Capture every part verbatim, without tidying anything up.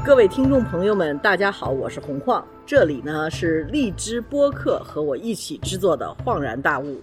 各位听众朋友们，大家好，我是洪晃，这里呢是荔枝播客和我一起制作的恍然大悟。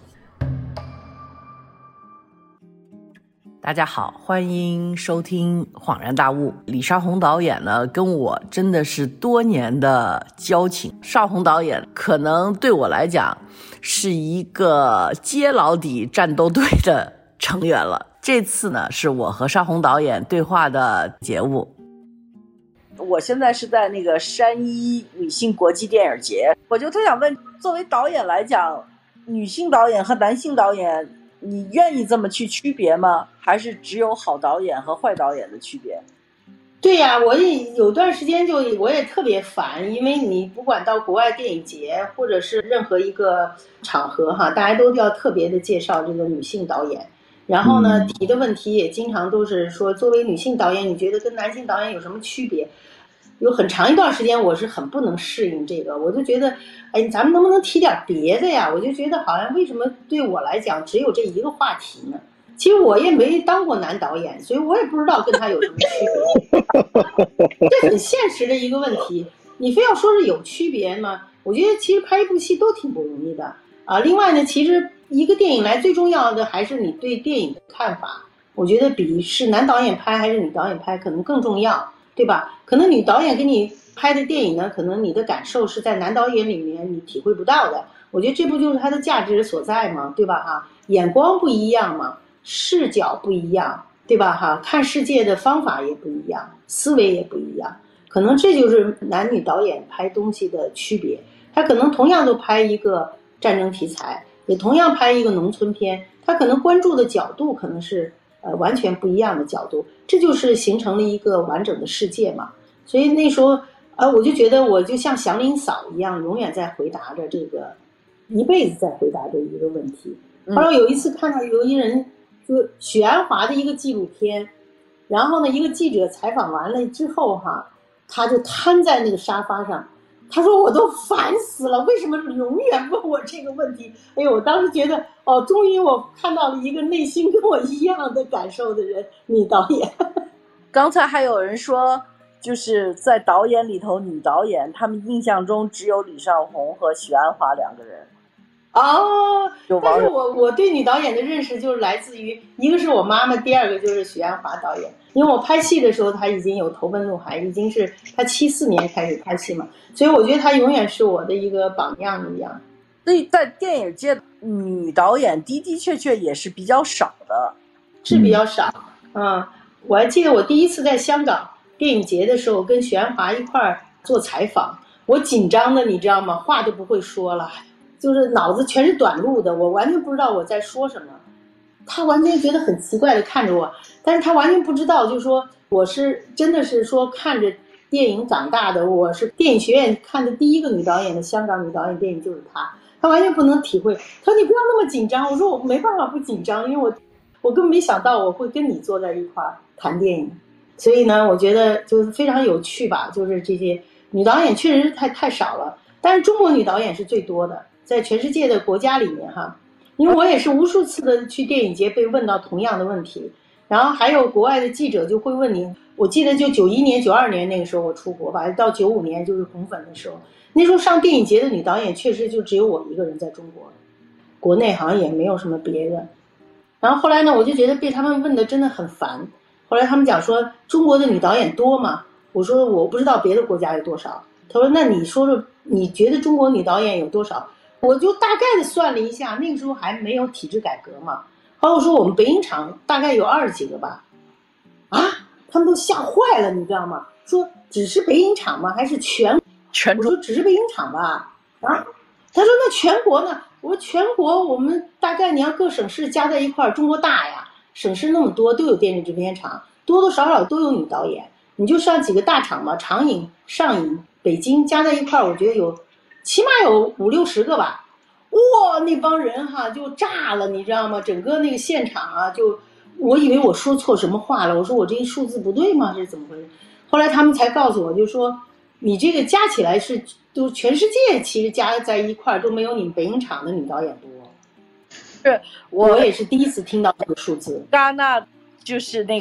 大家好，欢迎收听恍然大悟。李少红导演呢跟我真的是多年的交情，少红导演可能对我来讲是一个接老底战斗队的成员了。这次呢是我和少红导演对话的节目。我现在是在那个山一女性国际电影节，我就特想问，作为导演来讲，女性导演和男性导演你愿意这么去区别吗？还是只有好导演和坏导演的区别？ 对呀、啊，我也有段时间就我也特别烦，因为你不管到国外电影节或者是任何一个场合哈，大家都要特别的介绍这个女性导演，然后呢、嗯、提的问题也经常都是说，作为女性导演，你觉得跟男性导演有什么区别？有很长一段时间我是很不能适应这个，我就觉得哎，咱们能不能提点别的呀？我就觉得好像为什么对我来讲只有这一个话题呢？其实我也没当过男导演，所以我也不知道跟他有什么区别。这很现实的一个问题，你非要说是有区别吗？我觉得其实拍一部戏都挺不容易的啊。另外呢，其实一个电影来最重要的还是你对电影的看法，我觉得比是男导演拍还是女导演拍可能更重要，对吧？可能女导演给你拍的电影呢，可能你的感受是在男导演里面你体会不到的。我觉得这不就是它的价值所在吗？对吧？哈，眼光不一样嘛，视角不一样，对吧？哈，看世界的方法也不一样，思维也不一样，可能这就是男女导演拍东西的区别。他可能同样都拍一个战争题材，也同样拍一个农村片，他可能关注的角度可能是呃完全不一样的角度，这就是形成了一个完整的世界嘛。所以那时候呃，我就觉得我就像祥林嫂一样，永远在回答着这个，一辈子在回答这一个问题。后来有一次看到有一人就许鞍华的一个纪录片，然后呢，一个记者采访完了之后哈，他就瘫在那个沙发上，他说我都烦死了，为什么永远问我这个问题？哎呦，我当时觉得哦，终于我看到了一个内心跟我一样的感受的人，女导演。 刚才还有人说，就是在导演里头，女导演他们印象中只有李少红和许鞍华两个人。 哦，但是我我对女导演的认识就是来自于一个是我妈妈，第二个就是许鞍华导演。因为我拍戏的时候，她已经有投奔怒海，已经是她七四年开始拍戏嘛，所以我觉得她永远是我的一个榜样一样。 所以在电影界，女导演的的确确也是比较少的， 是比较少。嗯，嗯我还记得我第一次在香港电影节的时候，跟许鞍华一块儿做采访，我紧张的你知道吗？话都不会说了。就是脑子全是短路的，我完全不知道我在说什么。他完全觉得很奇怪的看着我，但是他完全不知道，就是说我是真的是说看着电影长大的，我是电影学院看的第一个女导演的香港女导演电影就是她，他完全不能体会。他说你不要那么紧张，我说我没办法不紧张，因为我我根本没想到我会跟你坐在一块儿谈电影，所以呢，我觉得就是非常有趣吧，就是这些女导演确实是太太少了，但是中国女导演是最多的。在全世界的国家里面哈，因为我也是无数次的去电影节被问到同样的问题，然后还有国外的记者就会问你，我记得就九一年九二年那个时候我出国吧，到九五年就是红粉的时候，那时候上电影节的女导演确实就只有我一个人在中国，国内好像也没有什么别人。然后后来呢，我就觉得被他们问的真的很烦。后来他们讲说中国的女导演多吗？我说我不知道别的国家有多少。他说那你说说你觉得中国女导演有多少？我就大概的算了一下，那个时候还没有体制改革嘛。后来我说我们北影厂大概有二十几个吧，啊，他们都吓坏了，你知道吗？说只是北影厂吗？还是全全？ 我说只是北影厂吧。啊，他说那全国呢？我说全国我们大概你要各省市加在一块儿，中国大呀，省市那么多都有电视制片厂，多多少少都有女导演。你就上几个大厂嘛，长影、上影、北京加在一块儿，我觉得有。起码有五六十个吧，哇，那帮人哈就炸了，你知道吗？整个那个现场啊，就我以为我说错什么话了，我说我这个数字不对吗？是怎么回事？后来他们才告诉我，就说你这个加起来是都全世界其实加在一块都没有你们北影厂的女导演多。 是我我也是第一次听到这个数字。 戛纳就是那个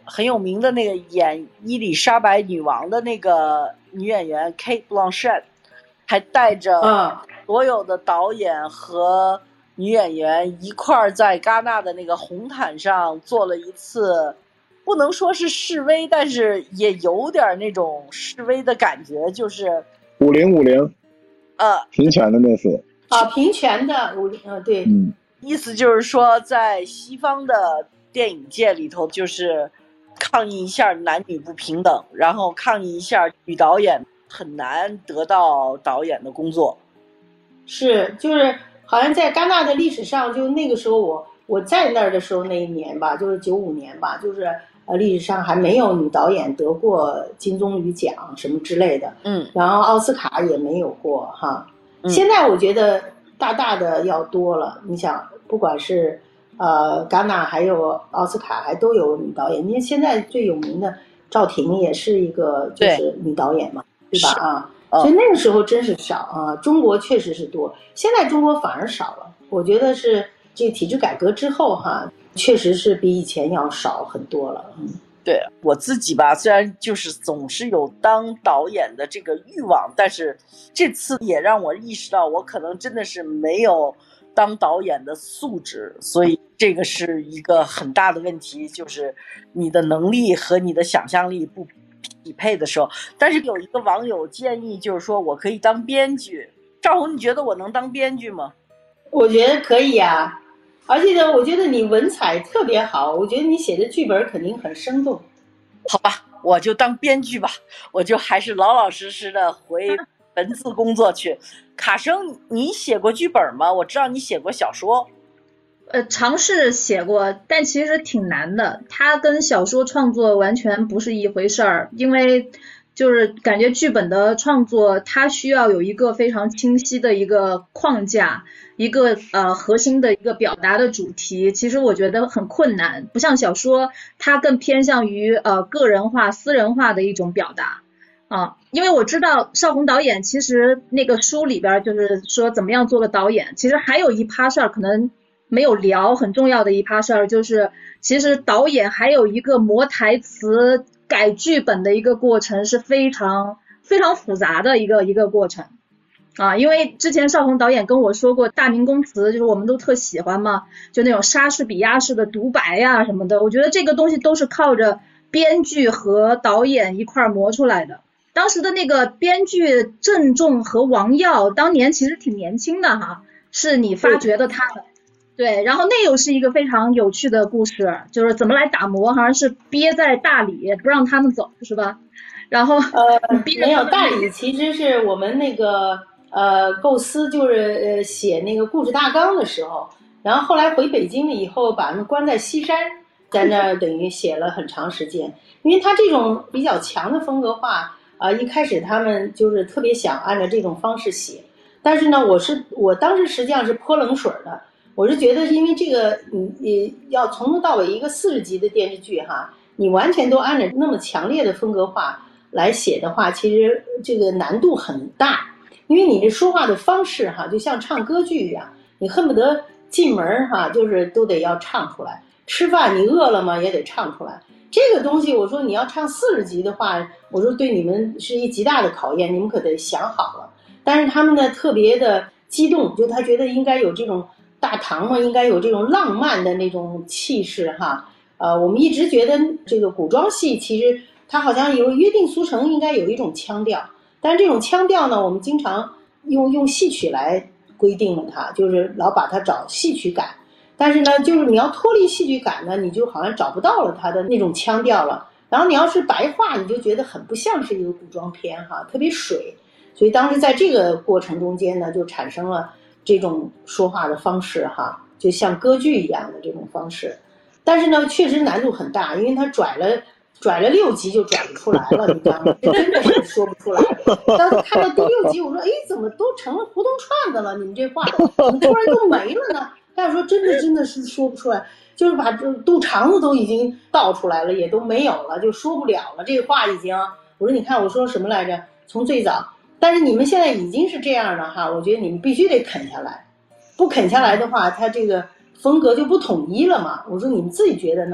很有名的那个演伊丽莎白女王的那个女演员 Kate Blanchett， 还带着所有的导演和女演员一块儿在戛纳的那个红毯上做了一次，不能说是示威，但是也有点那种示威的感觉，就是五零五零， 呃， 平权的那次啊，平权的五零，呃，对， 嗯， 意思就是说，在西方的电影界里头，就是抗议一下男女不平等，然后抗议一下女导演很难得到导演的工作。 是，就是好像在戛纳的历史上，就那个时候我我在那儿的时候那一年吧，就是九五年吧，就是呃历史上还没有女导演得过金棕榈奖什么之类的， 嗯， 然后奥斯卡也没有过哈。 嗯、 现在我觉得大大的要多了，你想，不管是呃戛纳还有奥斯卡，还都有女导演。因为现在最有名的赵婷也是一个就是女导演嘛， 对, 对吧？啊。所以那个时候真是少啊，中国确实是多，现在中国反而少了。我觉得是这个体制改革之后哈，确实是比以前要少很多了。嗯， 对我自己吧，虽然就是总是有当导演的这个欲望，但是这次也让我意识到，我可能真的是没有当导演的素质，所以这个是一个很大的问题，就是你的能力和你的想象力不匹配的时候。但是有一个网友建议，就是说我可以当编剧。赵红，你觉得我能当编剧吗？ 我觉得可以啊，而且呢，我觉得你文采特别好，我觉得你写的剧本肯定很生动。 好吧，我就当编剧吧，我就还是老老实实的回文字工作去。卡生，你写过剧本吗？我知道你写过小说。 呃，尝试写过，但其实挺难的。它跟小说创作完全不是一回事儿，因为就是感觉剧本的创作，它需要有一个非常清晰的一个框架，一个呃核心的一个表达的主题。其实我觉得很困难，不像小说，它更偏向于呃个人化、私人化的一种表达。啊，因为我知道邵红导演其实那个书里边就是说怎么样做个导演，其实还有一趴事儿可能没有聊，很重要的一趴事儿就是其实导演还有一个磨台词改剧本的一个过程，是非常非常复杂的一个一个过程啊。因为之前邵红导演跟我说过大明宫词，就是我们都特喜欢嘛，就那种莎士比亚式的独白呀什么的，我觉得这个东西都是靠着编剧和导演一块磨出来的。当时的那个编剧郑重和王耀当年其实挺年轻的哈，是你发掘的他的。对，然后那又是一个非常有趣的故事，就是怎么来打磨，好像是憋在大理不让他们走，是吧？然后呃，没有，大理其实是我们那个呃构思，就是呃写那个故事大纲的时候，然后后来回北京了以后，把他们关在西山，在那儿等于写了很长时间，因为他这种比较强的风格化。啊、呃，一开始他们就是特别想按照这种方式写，但是呢，我是我当时实际上是泼冷水的，我是觉得因为这个你你要从头到尾一个四十集的电视剧哈，你完全都按照那么强烈的风格化来写的话，其实这个难度很大，因为你这说话的方式哈，就像唱歌剧一样，你恨不得进门哈，就是都得要唱出来，吃饭你饿了吗也得唱出来。这个东西我说你要唱四十集的话，我说对你们是一极大的考验，你们可得想好了。但是他们呢特别的激动，就他觉得应该有这种大唐嘛，应该有这种浪漫的那种气势哈。呃，我们一直觉得这个古装戏其实它好像有约定俗成，应该有一种腔调，但是这种腔调呢，我们经常用用戏曲来规定了它，就是老把它找戏曲感。但是呢，就是你要脱离戏剧感呢，你就好像找不到了它的那种腔调了。然后你要是白话，你就觉得很不像是一个古装片哈，特别水。所以当时在这个过程中间呢，就产生了这种说话的方式哈，就像歌剧一样的这种方式。但是呢，确实难度很大，因为他拽了拽了六集就拽不出来了，你知道吗？真的是说不出来。当时看到第六集，我说，哎，怎么都成了胡同串子了？你们这话怎么突然都没了呢？但是说真的真的是说不出来，就是把这肚肠子都已经倒出来了，也都没有了，就说不了了。这个话已经，我说你看我说什么来着？从最早，但是你们现在已经是这样了哈，我觉得你们必须得啃下来，不啃下来的话，它这个风格就不统一了嘛。我说你们自己觉得呢？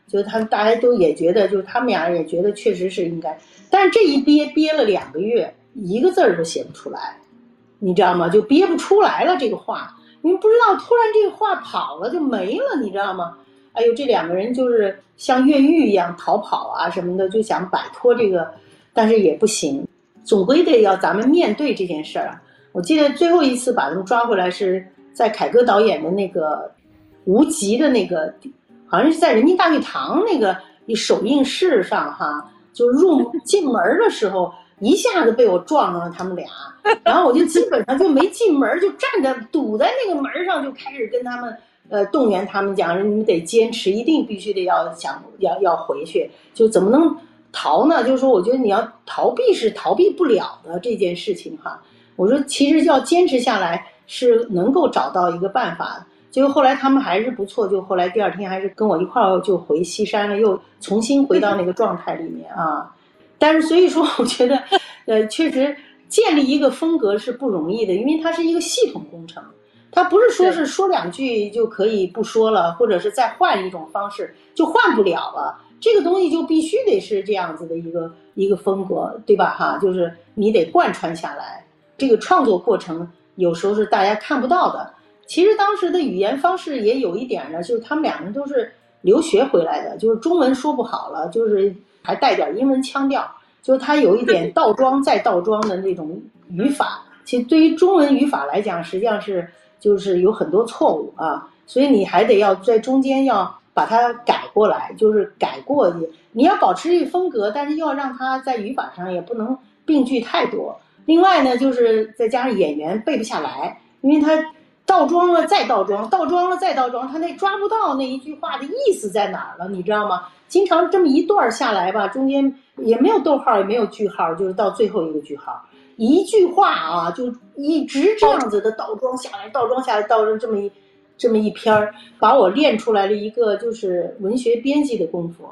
就他们大家都也觉得，就他们俩也觉得确实是应该，但是这一憋憋了两个月，一个字儿都写不出来，你知道吗？就憋不出来了这个话，你们不知道，突然这个话跑了就没了，你知道吗？哎呦，这两个人就是像越狱一样逃跑啊什么的，就想摆脱这个，但是也不行，总归得要咱们面对这件事儿啊。我记得最后一次把他们抓回来是在凯歌导演的那个无极的那个，好像是在人民大会堂那个一首映式上哈，就入进门的时候一下子被我撞上了他们俩，然后我就基本上就没进门，就站着堵在那个门上，就开始跟他们呃动员他们讲，你们得坚持，一定必须得要想要要回去，就怎么能逃呢？就是说我觉得你要逃避是逃避不了的这件事情哈。我说其实要坚持下来是能够找到一个办法的。结果后来他们还是不错，就后来第二天还是跟我一块儿就回西山了，又重新回到那个状态里面啊。但是所以说我觉得呃确实建立一个风格是不容易的，因为它是一个系统工程，它不是说是说两句就可以不说了，或者是再换一种方式就换不了了，这个东西就必须得是这样子的一个一个风格，对吧哈？就是你得贯穿下来，这个创作过程有时候是大家看不到的。其实当时的语言方式也有一点呢，就是他们两个都是留学回来的，就是中文说不好了，就是还带点英文腔调，就是他有一点倒装再倒装的那种语法。其实对于中文语法来讲，实际上是就是有很多错误啊，所以你还得要在中间要把它改过来，就是改过，你要保持这个风格，但是要让它在语法上也不能病句太多。另外呢，就是再加上演员背不下来，因为他倒装了再倒装，倒装了再倒装，他那抓不到那一句话的意思在哪儿了，你知道吗？经常这么一段下来吧，中间也没有逗号也没有句号，就是到最后一个句号，一句话啊就一直这样子的倒装下来，倒装下来，倒成这么一这么一篇儿，把我练出来了一个就是文学编辑的功夫，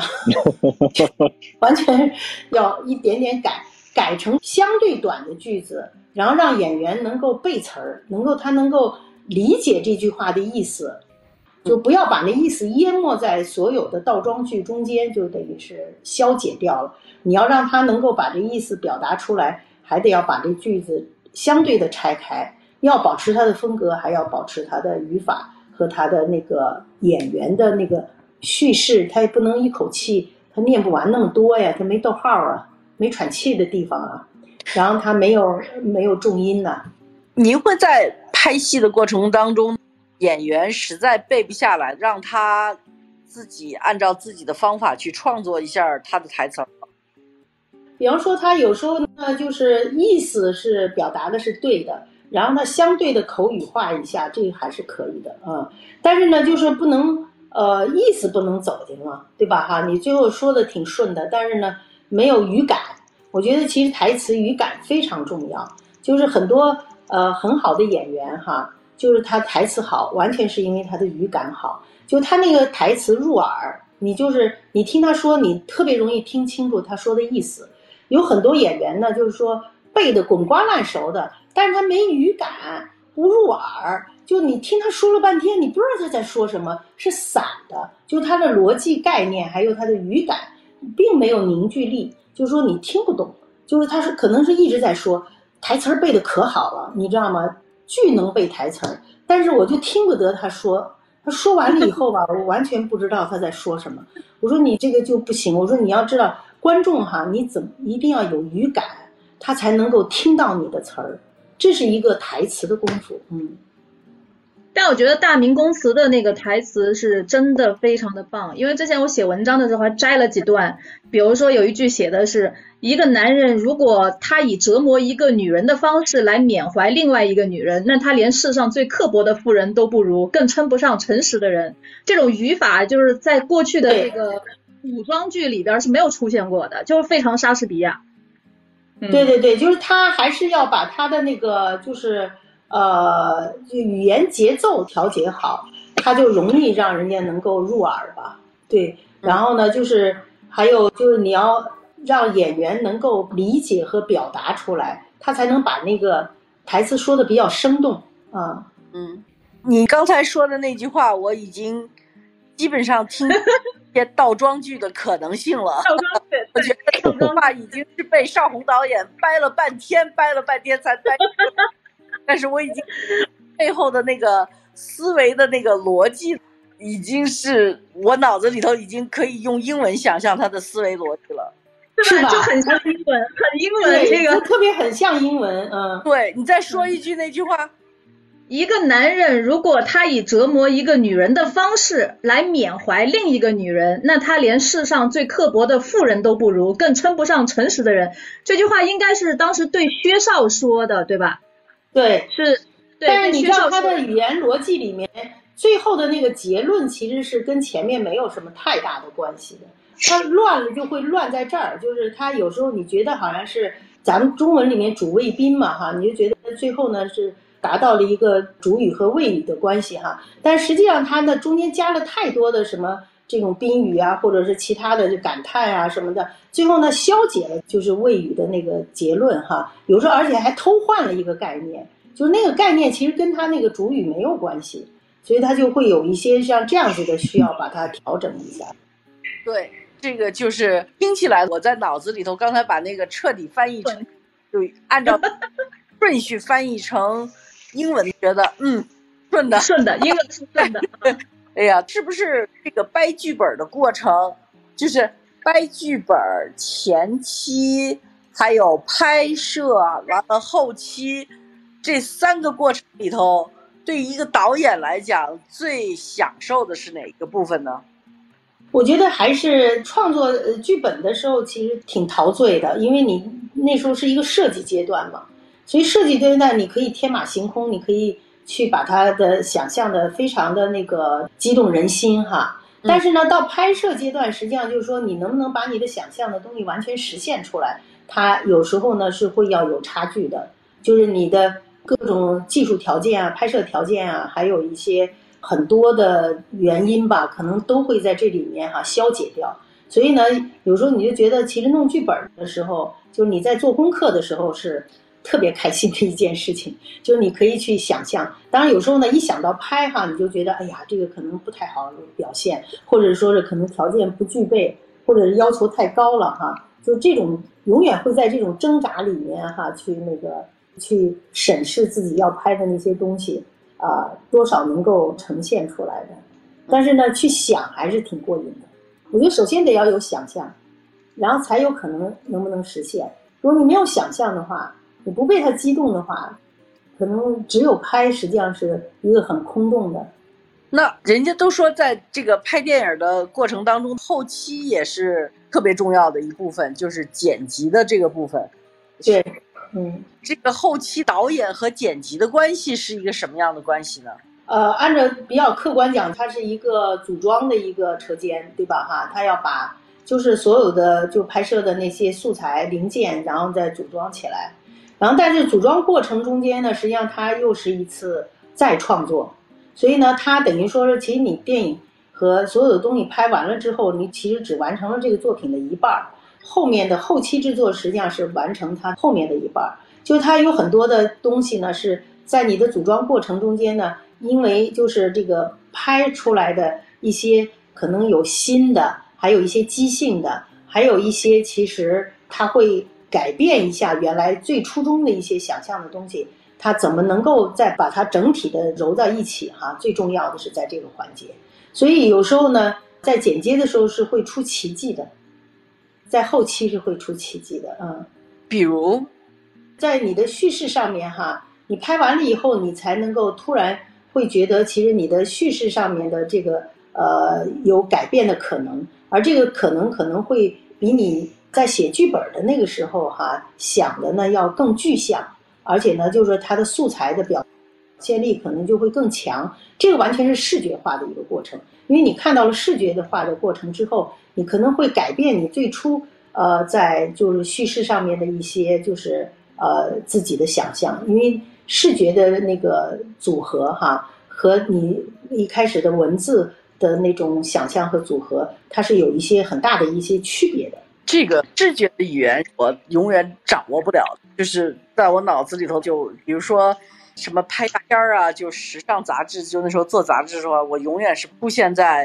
完全要一点点改，改成相对短的句子，然后让演员能够背词儿，能够他能够理解这句话的意思，就不要把那意思淹没在所有的倒装句中间，就等于是消解掉了。你要让他能够把这意思表达出来，还得要把这句子相对的拆开，要保持他的风格，还要保持他的语法和他的那个演员的那个叙事，他也不能一口气他念不完那么多呀，他没逗号啊，没喘气的地方啊，然后他没有没有重音呐。 您会在拍戏的过程当中，演员实在背不下来，让他自己按照自己的方法去创作一下他的台词吗？ 比方说他有时候呢，就是意思是表达的是对的，然后他相对的口语化一下，这个还是可以的啊、嗯。但是呢，就是不能呃意思不能走进了，对吧哈？你最后说的挺顺的，但是呢没有语感。我觉得其实台词语感非常重要，就是很多呃很好的演员哈，就是他台词好，完全是因为他的语感好，就他那个台词入耳，你就是你听他说，你特别容易听清楚他说的意思。有很多演员呢，就是说背得滚瓜烂熟的，但是他没语感，不入耳，就你听他说了半天，你不知道他在说什么，是散的，就他的逻辑概念还有他的语感并没有凝聚力，就是说你听不懂，就是他是可能是一直在说台词背得可好了，你知道吗？巨能背台词，但是我就听不得他说，他说完了以后吧，我完全不知道他在说什么。我说你这个就不行，我说你要知道观众哈，你怎么一定要有语感，他才能够听到你的词儿，这是一个台词的功夫。嗯。 但我觉得大明宫词的那个台词是真的非常的棒，因为之前我写文章的时候还摘了几段，比如说有一句写的是，一个男人如果他以折磨一个女人的方式来缅怀另外一个女人，那他连世上最刻薄的妇人都不如，更称不上诚实的人。这种语法就是在过去的这个古装剧里边是没有出现过的，就是非常莎士比亚。 嗯、对对对，就是他还是要把他的那个就是呃语言节奏调节好，他就容易让人家能够入耳吧。对，然后呢就是还有就是你要让演员能够理解和表达出来，他才能把那个台词说的比较生动啊。 嗯，你刚才说的那句话我已经基本上听些倒装句的可能性了。 倒装句， 我觉得这句话已经是被邵红导演掰了半天，掰了半天才掰。但是我已经背后的那个思维的那个逻辑，已经是我脑子里头已经可以用英文想象他的思维逻辑了。 是吧？就很像英文，很英文，这个特别很像英文。嗯， 对，你再说一句那句话。 一个男人如果他以折磨一个女人的方式来缅怀另一个女人，那他连世上最刻薄的妇人都不如，更称不上诚实的人。这句话应该是当时对薛少说的，对吧？ 对， 是。对， 但是你知道他的语言逻辑里面最后的那个结论其实是跟前面没有什么太大的关系的。它乱了就会乱在这儿，就是它有时候你觉得好像是咱们中文里面主谓宾嘛哈，你就觉得最后呢是达到了一个主语和谓语的关系哈，但实际上它呢中间加了太多的什么这种宾语啊，或者是其他的就感叹啊什么的，最后呢消解了就是谓语的那个结论哈，有时候而且还偷换了一个概念，就是那个概念其实跟它那个主语没有关系，所以它就会有一些像这样子的需要把它调整一下。 对。这个就是听起来我在脑子里头刚才把那个彻底翻译成，就按照顺序翻译成英文，觉得嗯顺的顺的，英文是顺的。 哎呀，是不是这个掰剧本的过程，就是掰剧本前期还有拍摄完了后期这三个过程里头，对于一个导演来讲最享受的是哪一个部分呢？ 我觉得还是创作剧本的时候其实挺陶醉的，因为你那时候是一个设计阶段嘛，所以设计阶段你可以天马行空，你可以去把它的想象的非常的那个激动人心哈。但是呢，到拍摄阶段，实际上就是说你能不能把你的想象的东西完全实现出来，它有时候呢是会要有差距的，就是你的各种技术条件啊、拍摄条件啊，还有一些很多的原因吧，可能都会在这里面哈、啊、消解掉。所以呢，有时候你就觉得，其实弄剧本的时候，就是你在做功课的时候是特别开心的一件事情，就是你可以去想象。当然，有时候呢，一想到拍哈，你就觉得，哎呀，这个可能不太好表现，或者说是可能条件不具备，或者是要求太高了哈。就这种永远会在这种挣扎里面哈，去那个去审视自己要拍的那些东西。啊、呃，多少能够呈现出来的，但是呢，去想还是挺过瘾的。我觉得首先得要有想象，然后才有可能能不能实现。如果你没有想象的话，你不被它激动的话，可能只有拍，实际上是一个很空洞的。 那人家都说，在这个拍电影的过程当中，后期也是特别重要的一部分，就是剪辑的这个部分。 对。嗯， 这个后期导演和剪辑的关系是一个什么样的关系呢？ 呃，按照比较客观讲，它是一个组装的一个车间，对吧？哈，它要把就是所有的就拍摄的那些素材零件，然后再组装起来。然后，但是组装过程中间呢，实际上它又是一次再创作，所以呢，它等于说是，其实你电影和所有的东西拍完了之后，你其实只完成了这个作品的一半。后面的后期制作实际上是完成它后面的一半，就它有很多的东西呢是在你的组装过程中间呢，因为就是这个拍出来的一些可能有新的，还有一些即兴的，还有一些其实它会改变一下原来最初衷的一些想象的东西，它怎么能够再把它整体的揉在一起哈？最重要的是在这个环节，所以有时候呢，在剪接的时候是会出奇迹的。在后期是会出奇迹的，嗯， 比如， 在你的叙事上面哈，你拍完了以后，你才能够突然会觉得，其实你的叙事上面的这个呃有改变的可能，而这个可能可能会比你在写剧本的那个时候哈想的呢要更具象，而且呢，就是说它的素材的表现力可能就会更强。这个完全是视觉化的一个过程，因为你看到了视觉的化的过程之后。你可能会改变你最初呃在就是叙事上面的一些就是呃自己的想象，因为视觉的那个组合哈和你一开始的文字的那种想象和组合，它是有一些很大的一些区别的。 这个视觉的语言我永远掌握不了，就是在我脑子里头就比如说什么拍大片啊，就时尚杂志，就那时候做杂志的时候，我永远是出现在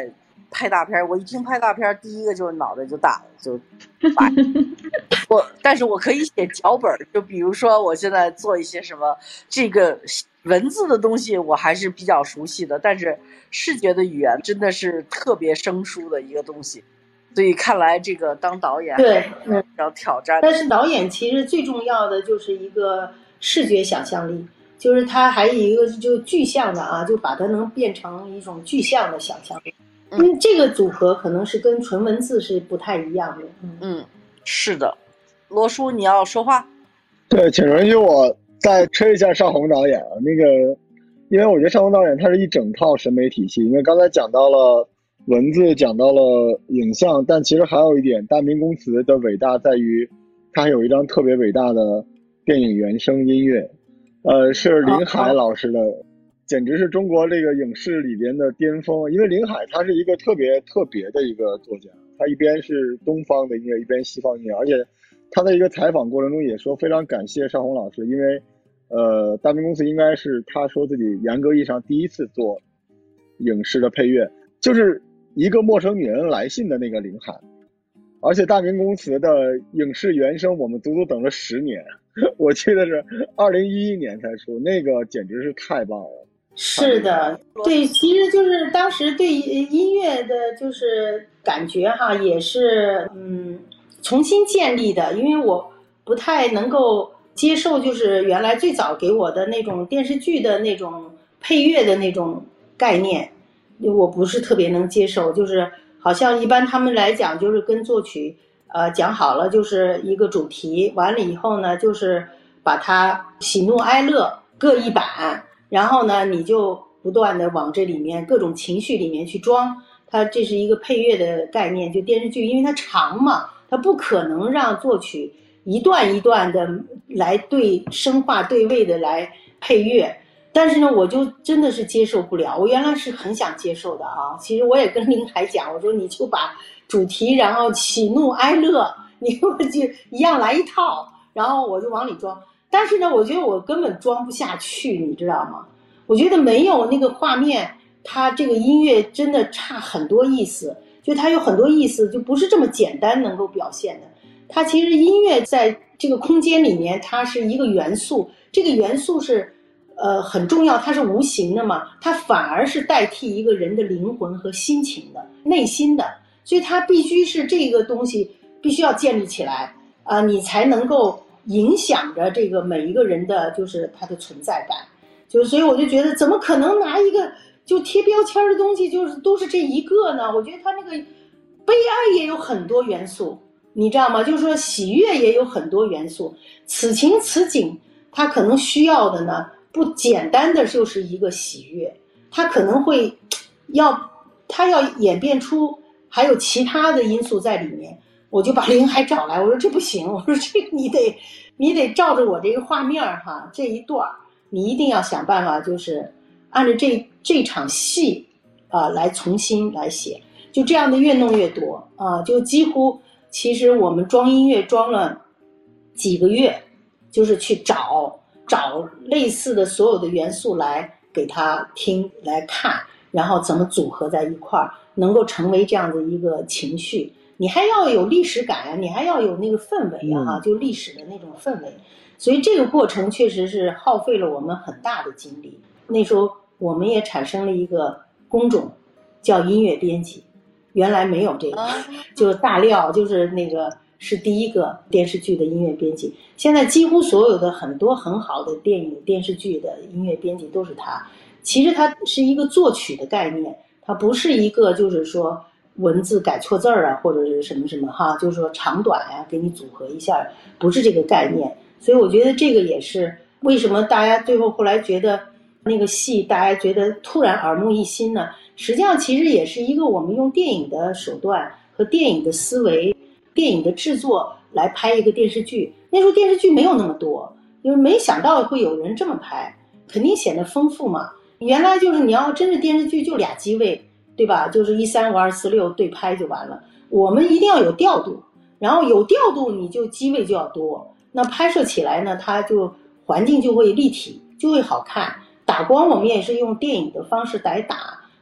拍大片，我一听拍大片，第一个就是脑袋就大了，就白。我但是我可以写脚本，就比如说我现在做一些什么这个文字的东西，我还是比较熟悉的，但是视觉的语言真的是特别生疏的一个东西。所以看来这个当导演对，嗯， 要挑战。 但是导演其实最重要的就是一个视觉想象力，就是他还有一个就具象的啊，就把它能变成一种具象的想象力。嗯，这个组合可能是跟纯文字是不太一样的。嗯， 嗯，是的。罗叔，你要说话？ 对，请允许我再吹一下邵宏导演啊。那个，因为我觉得邵宏导演他是一整套审美体系，因为刚才讲到了文字，讲到了影像，但其实还有一点，大明宫词的伟大在于，它还有一张特别伟大的电影原声音乐，呃，是林海老师的，简直是中国这个影视里边的巅峰。因为林海他是一个特别特别的一个作家，他一边是东方的音乐，一边西方音乐，而且他在一个采访过程中也说非常感谢邵宏老师，因为呃，大明宫词应该是他说自己严格意义上第一次做影视的配乐，就是一个陌生女人来信的那个林海。而且大明宫词的影视原声我们足足等了十年，我记得是二零一一年才出，那个简直是太棒了。 是的，对，其实就是当时对音乐的就是感觉哈，也是嗯重新建立的，因为我不太能够接受就是原来最早给我的那种电视剧的那种配乐的那种概念，我不是特别能接受，就是好像一般他们来讲就是跟作曲呃讲好了就是一个主题，完了以后呢就是把它喜怒哀乐各一版，然后呢你就不断的往这里面各种情绪里面去装，它这是一个配乐的概念。就电视剧因为它长嘛，它不可能让作曲一段一段的来对声化对位的来配乐，但是呢我就真的是接受不了。我原来是很想接受的啊，其实我也跟林海讲，我说你就把主题然后喜怒哀乐你就一样来一套，然后我就往里装。但是呢我觉得我根本装不下去，你知道吗？我觉得没有那个画面，它这个音乐真的差很多意思，就它有很多意思就不是这么简单能够表现的。它其实音乐在这个空间里面它是一个元素，这个元素是呃很重要，它是无形的嘛，它反而是代替一个人的灵魂和心情的内心的，所以它必须是这个东西必须要建立起来啊、呃，你才能够影响着这个每一个人的就是他的存在感。就所以我就觉得怎么可能拿一个就贴标签的东西就是都是这一个呢？我觉得他那个悲哀也有很多元素，你知道吗？就是说喜悦也有很多元素，此情此景它可能需要的呢不简单的就是一个喜悦，它可能会要它要演变出还有其他的因素在里面。我就把林海找来，我说这不行，我说这个你得你得照着我这个画面哈，这一段你一定要想办法，就是按照这这场戏啊、呃、来重新来写，就这样的越弄越多啊、呃，就几乎其实我们装音乐装了几个月，就是去找找类似的所有的元素来给他听来看，然后怎么组合在一块儿，能够成为这样的一个情绪。你还要有历史感啊，你还要有那个氛围啊，就历史的那种氛围。所以这个过程确实是耗费了我们很大的精力。那时候我们也产生了一个工种叫音乐编辑，原来没有这个，就是大廖就是那个是第一个电视剧的音乐编辑，现在几乎所有的很多很好的电影电视剧的音乐编辑都是他。其实它是一个作曲的概念，它不是一个就是说文字改错字儿啊或者是什么什么哈，就是说长短呀、啊、给你组合一下，不是这个概念。所以我觉得这个也是为什么大家最后后来觉得那个戏大家觉得突然耳目一新呢？实际上其实也是一个我们用电影的手段和电影的思维电影的制作来拍一个电视剧。那时候电视剧没有那么多，因为没想到会有人这么拍，肯定显得丰富嘛。原来就是你要真是电视剧就俩机位，对吧？就是一三五二四六对拍就完了。我们一定要有调度，然后有调度你就机位就要多，那拍摄起来呢它就环境就会立体，就会好看。打光我们也是用电影的方式来打，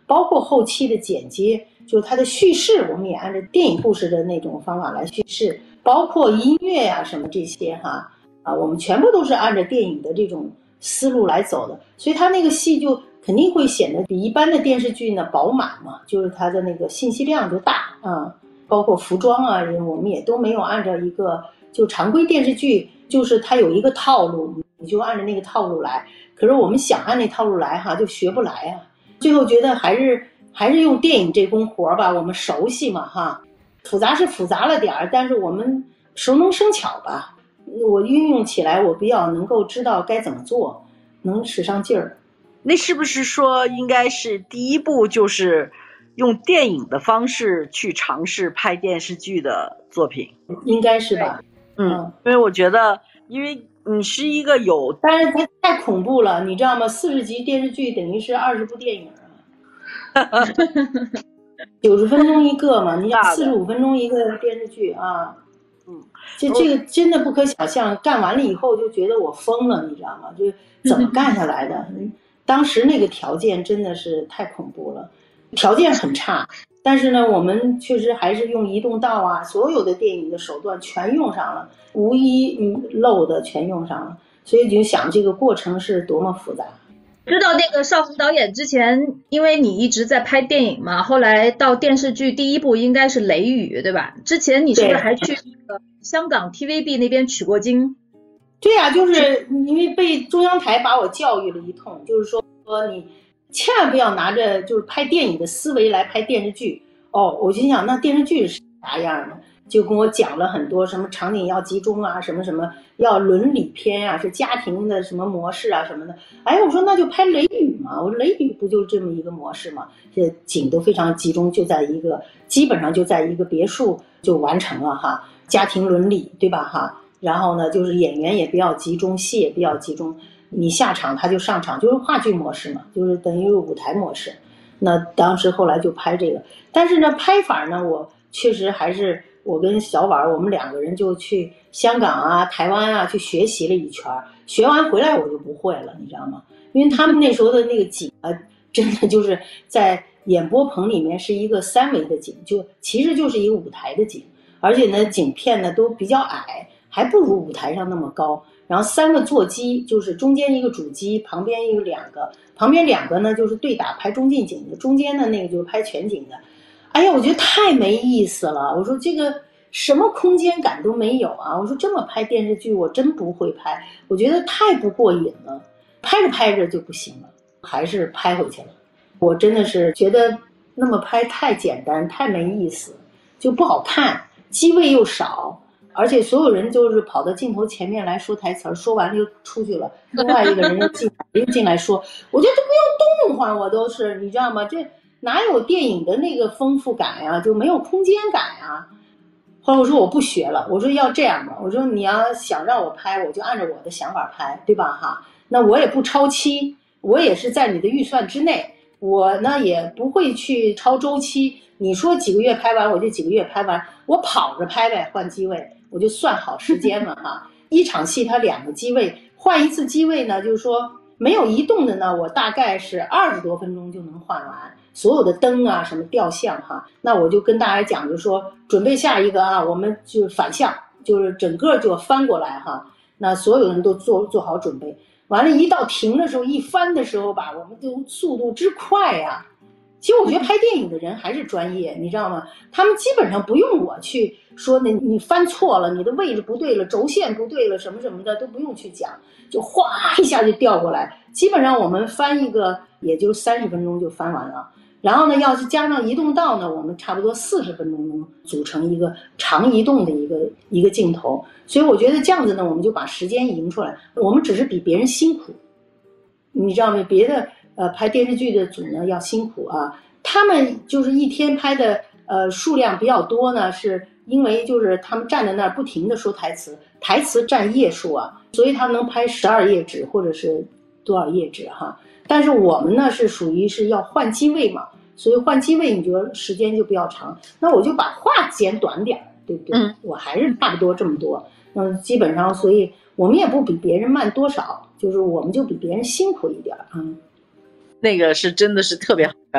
包括后期的剪接，就是它的叙事，我们也按照电影故事的那种方法来叙事，包括音乐啊什么这些哈啊，我们全部都是按照电影的这种思路来走的，所以它那个戏就肯定会显得比一般的电视剧呢饱满嘛，就是它的那个信息量就大啊，包括服装啊，我们也都没有按照一个就常规电视剧，就是它有一个套路，你就按照那个套路来。可是我们想按那套路来哈，就学不来啊。最后觉得还是还是用电影这功活吧，我们熟悉嘛哈。复杂是复杂了点儿，但是我们熟能生巧吧。我运用起来，我比较能够知道该怎么做，能使上劲儿。 那是不是说应该是第一步就是用电影的方式去尝试拍电视剧的作品？ 应该是吧。 嗯，因为我觉得，因为你是一个有， 但是它太恐怖了，你知道吗？四十集电视剧等于是二十部电影啊，九十分钟一个嘛，你想四十五分钟一个电视剧啊，嗯，这这个真的不可想象。干完了以后就觉得我疯了，你知道吗？就怎么干下来的？当时那个条件真的是太恐怖了，条件很差。但是呢，我们确实还是用移动道啊，所有的电影的手段全用上了，无一漏的全用上了，所以就想这个过程是多么复杂。 知道那个邵红导演之前，因为你一直在拍电影嘛，后来到电视剧第一部应该是《雷雨》，对吧？之前你是不是还去那个香港 T V B 那边取过经？ 对呀、啊，就是因为被中央台把我教育了一通，就是说说你千万不要拿着就是拍电影的思维来拍电视剧。哦，我心想那电视剧是啥样的？就跟我讲了很多什么场景要集中啊，什么什么要伦理片啊，是家庭的什么模式啊什么的。哎，我说那就拍雷雨嘛，我说雷雨不就这么一个模式嘛？这景都非常集中，就在一个基本上就在一个别墅就完成了哈，家庭伦理对吧哈？然后呢，就是演员也比较集中，戏也比较集中，你下场他就上场，就是话剧模式嘛，就是等于是舞台模式。那当时后来就拍这个，但是呢，拍法呢，我确实还是我跟小婉我们两个人就去香港啊、台湾啊去学习了一圈，学完回来我就不会了，你知道吗？因为他们那时候的那个景啊，真的就是在演播棚里面是一个三维的景，就其实就是一个舞台的景，而且呢，景片呢都比较矮，还不如舞台上那么高。然后三个座机，就是中间一个主机，旁边有两个，旁边两个呢就是对打拍中近景的，中间的那个就是拍全景的。哎呀，我觉得太没意思了。我说这个什么空间感都没有啊！我说这么拍电视剧我真不会拍，我觉得太不过瘾了，拍着拍着就不行了，还是拍回去了。我真的是觉得那么拍太简单，太没意思，就不好看，机位又少。而且所有人就是跑到镜头前面来说台词，说完了就出去了，另外一个人又进来又进来说，我觉得都不用动换，我都是你知道吗？这哪有电影的那个丰富感呀？就没有空间感呀。后来我说我不学了，我说要这样吧，我说你要想让我拍，我就按照我的想法拍，对吧哈？那我也不超期，我也是在你的预算之内，我呢也不会去超周期。你说几个月拍完，我就几个月拍完，我跑着拍呗，换机位。我就算好时间了哈，一场戏它两个机位，换一次机位呢，就是说没有移动的呢，我大概是二十多分钟就能换完，所有的灯啊什么雕像哈，那我就跟大家讲，就说准备下一个啊，我们就反向，就是整个就翻过来哈，那所有人都做做好准备，完了，一到停的时候，一翻的时候吧，我们就速度之快呀。其实我觉得拍电影的人还是专业，你知道吗？他们基本上不用我去说你你翻错了，你的位置不对了，轴线不对了，什么什么的都不用去讲，就哗一下就调过来。基本上我们翻一个也就三十分钟就翻完了。然后呢，要是加上移动道呢，我们差不多四十分钟能组成一个长移动的一个一个镜头。所以我觉得这样子呢，我们就把时间赢出来。我们只是比别人辛苦，你知道吗？别的。呃，拍电视剧的组呢要辛苦啊，他们就是一天拍的呃数量比较多呢，是因为就是他们站在那儿不停的说台词，台词占页数啊，所以他能拍十二页纸或者是多少页纸哈。但是我们呢是属于是要换机位嘛，所以换机位你觉得时间就比较长，那我就把话剪短点，对不对？嗯，我还是差不多这么多，嗯，基本上，所以我们也不比别人慢多少，就是我们就比别人辛苦一点啊。嗯那个是真的是特别好看，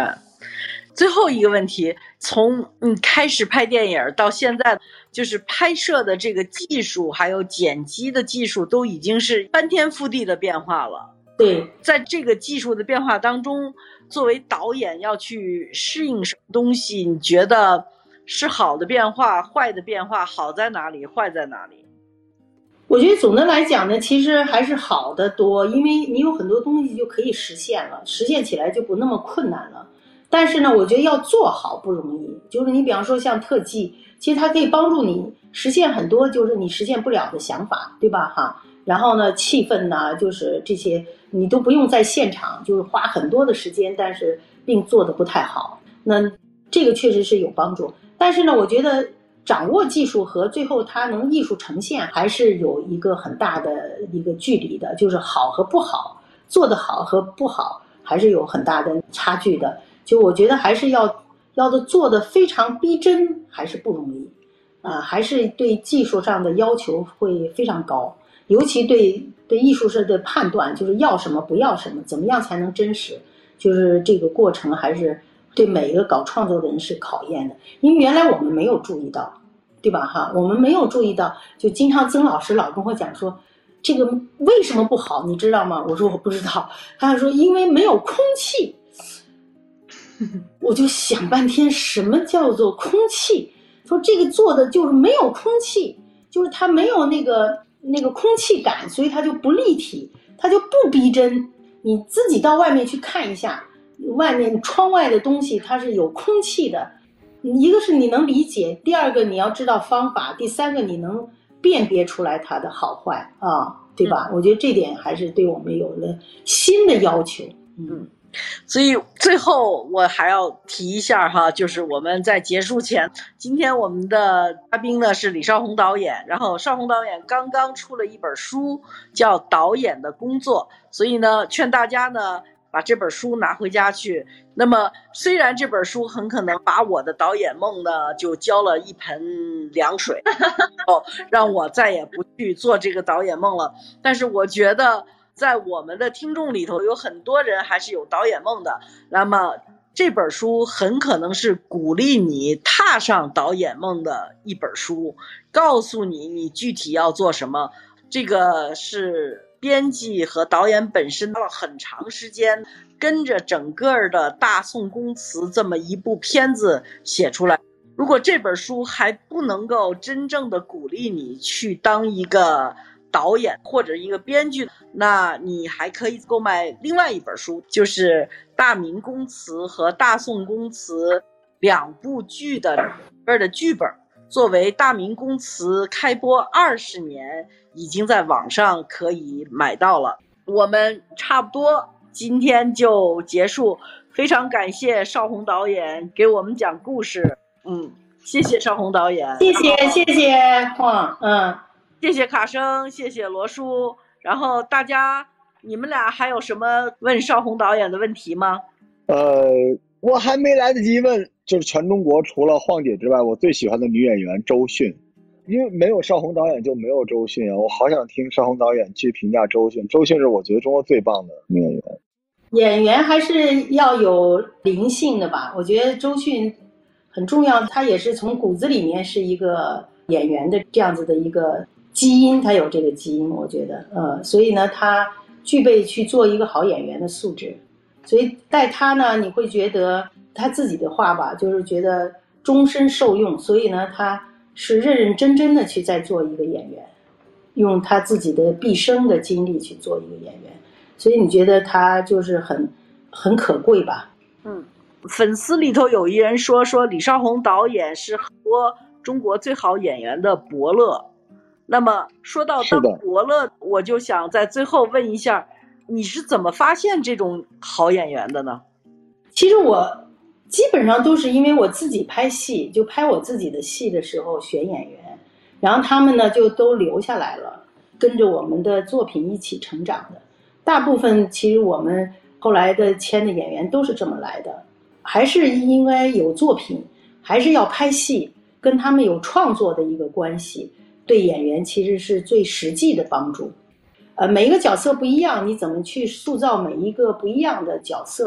最后一个问题，从你开始拍电影到现在，就是拍摄的这个技术还有剪辑的技术都已经是翻天覆地的变化了。 对， 在这个技术的变化当中，作为导演要去适应什么东西，你觉得是好的变化，坏的变化，好在哪里，坏在哪里？ 我觉得总的来讲呢，其实还是好的多，因为你有很多东西就可以实现了，实现起来就不那么困难了。但是呢，我觉得要做好不容易，就是你比方说像特技，其实它可以帮助你实现很多就是你实现不了的想法，对吧哈？然后呢，气氛呢，就是这些你都不用在现场，就是花很多的时间，但是并做得不太好。那这个确实是有帮助，但是呢，我觉得掌握技术和最后它能艺术呈现还是有一个很大的一个距离的，就是好和不好，做得好和不好还是有很大的差距的。就我觉得还是要要的做的非常逼真，还是不容易啊、呃，还是对技术上的要求会非常高，尤其对对艺术上的判断，就是要什么不要什么，怎么样才能真实，就是这个过程还是对每一个搞创作的人是考验的。因为原来我们没有注意到，对吧哈？我们没有注意到，就经常曾老师老跟我讲说，这个为什么不好，你知道吗？我说我不知道。他说因为没有空气。我就想半天，什么叫做空气？说这个做的就是没有空气，就是它没有那个那个空气感，所以它就不立体，它就不逼真。你自己到外面去看一下，外面窗外的东西它是有空气的。一个是你能理解，第二个你要知道方法，第三个你能辨别出来它的好坏啊，对吧？我觉得这点还是对我们有了新的要求。嗯。 所以最后我还要提一下哈，就是我们在结束前，今天我们的嘉宾呢是李少红导演，然后少红导演刚刚出了一本书叫《导演的工作》，所以呢劝大家呢把这本书拿回家去。那么虽然这本书很可能把我的导演梦呢就浇了一盆凉水哦，让我再也不去做这个导演梦了，但是我觉得在我们的听众里头有很多人还是有导演梦的，那么这本书很可能是鼓励你踏上导演梦的一本书，告诉你你具体要做什么。这个是编辑和导演本身花了很长时间跟着整个的大宋宫词这么一部片子写出来。如果这本书还不能够真正的鼓励你去当一个导演或者一个编剧，那你还可以购买另外一本书，就是大明宫词和大宋宫词两部剧的的剧本，作为大明宫词开播二十年，已经在网上可以买到了。我们差不多今天就结束，非常感谢少红导演给我们讲故事。嗯，谢谢少红导演， 谢谢谢谢晃，嗯。 谢谢卡生，谢谢罗叔。然后大家，你们俩还有什么问少红导演的问题吗？ 呃，我还没来得及问，就是全中国除了晃姐之外，我最喜欢的女演员周迅，因为没有少红导演就没有周迅啊，我好想听少红导演去评价周迅。周迅是我觉得中国最棒的女演员。 演员还是要有灵性的吧，我觉得周迅很重要，她也是从骨子里面是一个演员的这样子的一个基因，他有这个基因，我觉得，呃，所以呢，他具备去做一个好演员的素质，所以带他呢，你会觉得他自己的话吧，就是觉得终身受用，所以呢，他是认认真真的去在做一个演员，用他自己的毕生的精力去做一个演员，所以你觉得他就是很很可贵吧？ 嗯，粉丝里头有一人说说李少红导演是很多中国最好演员的伯乐。那么说到当伯乐，我就想在最后问一下，你是怎么发现这种好演员的呢？ 其实我基本上都是因为我自己拍戏，就拍我自己的戏的时候选演员，然后他们呢就都留下来了，跟着我们的作品一起成长的。大部分其实我们后来的签的演员都是这么来的，还是因为有作品，还是要拍戏，跟他们有创作的一个关系，对演员其实是最实际的帮助。呃，每一个角色不一样，你怎么去塑造每一个不一样的角色，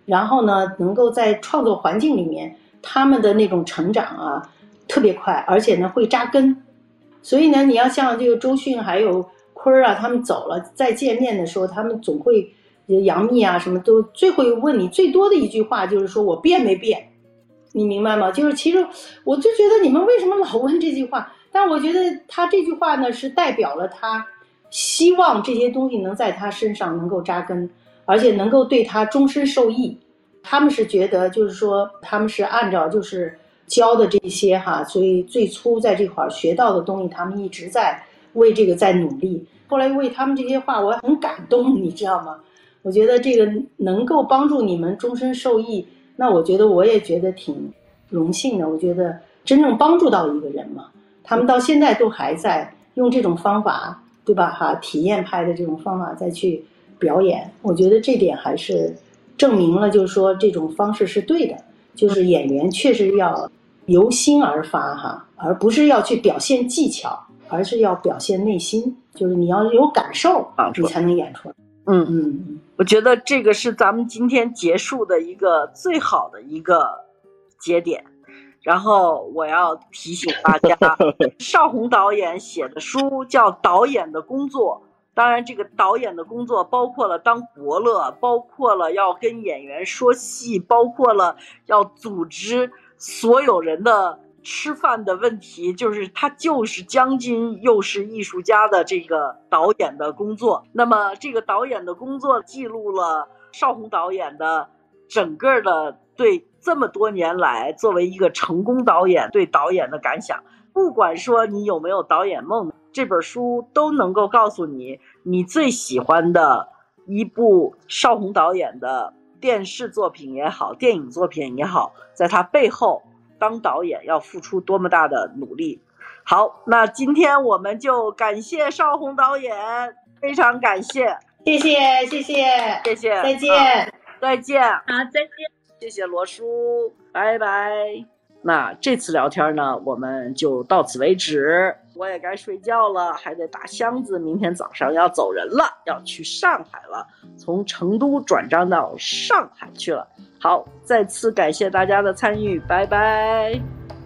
然后呢，能够在创作环境里面，他们的那种成长啊特别快，而且呢会扎根。所以呢，你要像这个周迅还有坤儿啊，他们走了再见面的时候，他们总会杨幂啊什么都最会问你最多的一句话就是说我变没变，你明白吗？就是其实我就觉得你们为什么老问这句话，但我觉得他这句话呢是代表了他希望这些东西能在他身上能够扎根，而且能够对他终身受益。他们是觉得就是说他们是按照就是教的这些哈，所以最初在这块学到的东西，他们一直在为这个在努力。后来为他们这些话我很感动，你知道吗？我觉得这个能够帮助你们终身受益，那我觉得我也觉得挺荣幸的。我觉得真正帮助到一个人嘛，他们到现在都还在用这种方法，对吧？哈，体验派的这种方法再去表演，我觉得这点还是证明了，就是说这种方式是对的，就是演员确实要由心而发哈，而不是要去表现技巧，而是要表现内心，就是你要有感受，你才能演出来。 嗯嗯，我觉得这个是咱们今天结束的一个最好的一个节点。然后我要提醒大家，邵宏导演写的书叫《导演的工作》，当然这个导演的工作包括了当伯乐，包括了要跟演员说戏，包括了要组织所有人的吃饭的问题，就是他就是将军又是艺术家的这个导演的工作。那么这个导演的工作记录了邵宏导演的整个的对这么多年来作为一个成功导演对导演的感想。不管说你有没有导演梦，这本书都能够告诉你你最喜欢的一部邵宏导演的电视作品也好，电影作品也好，在他背后当导演要付出多么大的努力。好，那今天我们就感谢邵宏导演，非常感谢， 谢谢谢谢谢谢， 再见、 啊、再见， 好，再见， 谢谢罗叔，拜拜。那这次聊天呢，我们就到此为止。我也该睡觉了，还得打箱子，明天早上要走人了，要去上海了，从成都转账到上海去了。好，再次感谢大家的参与，拜拜。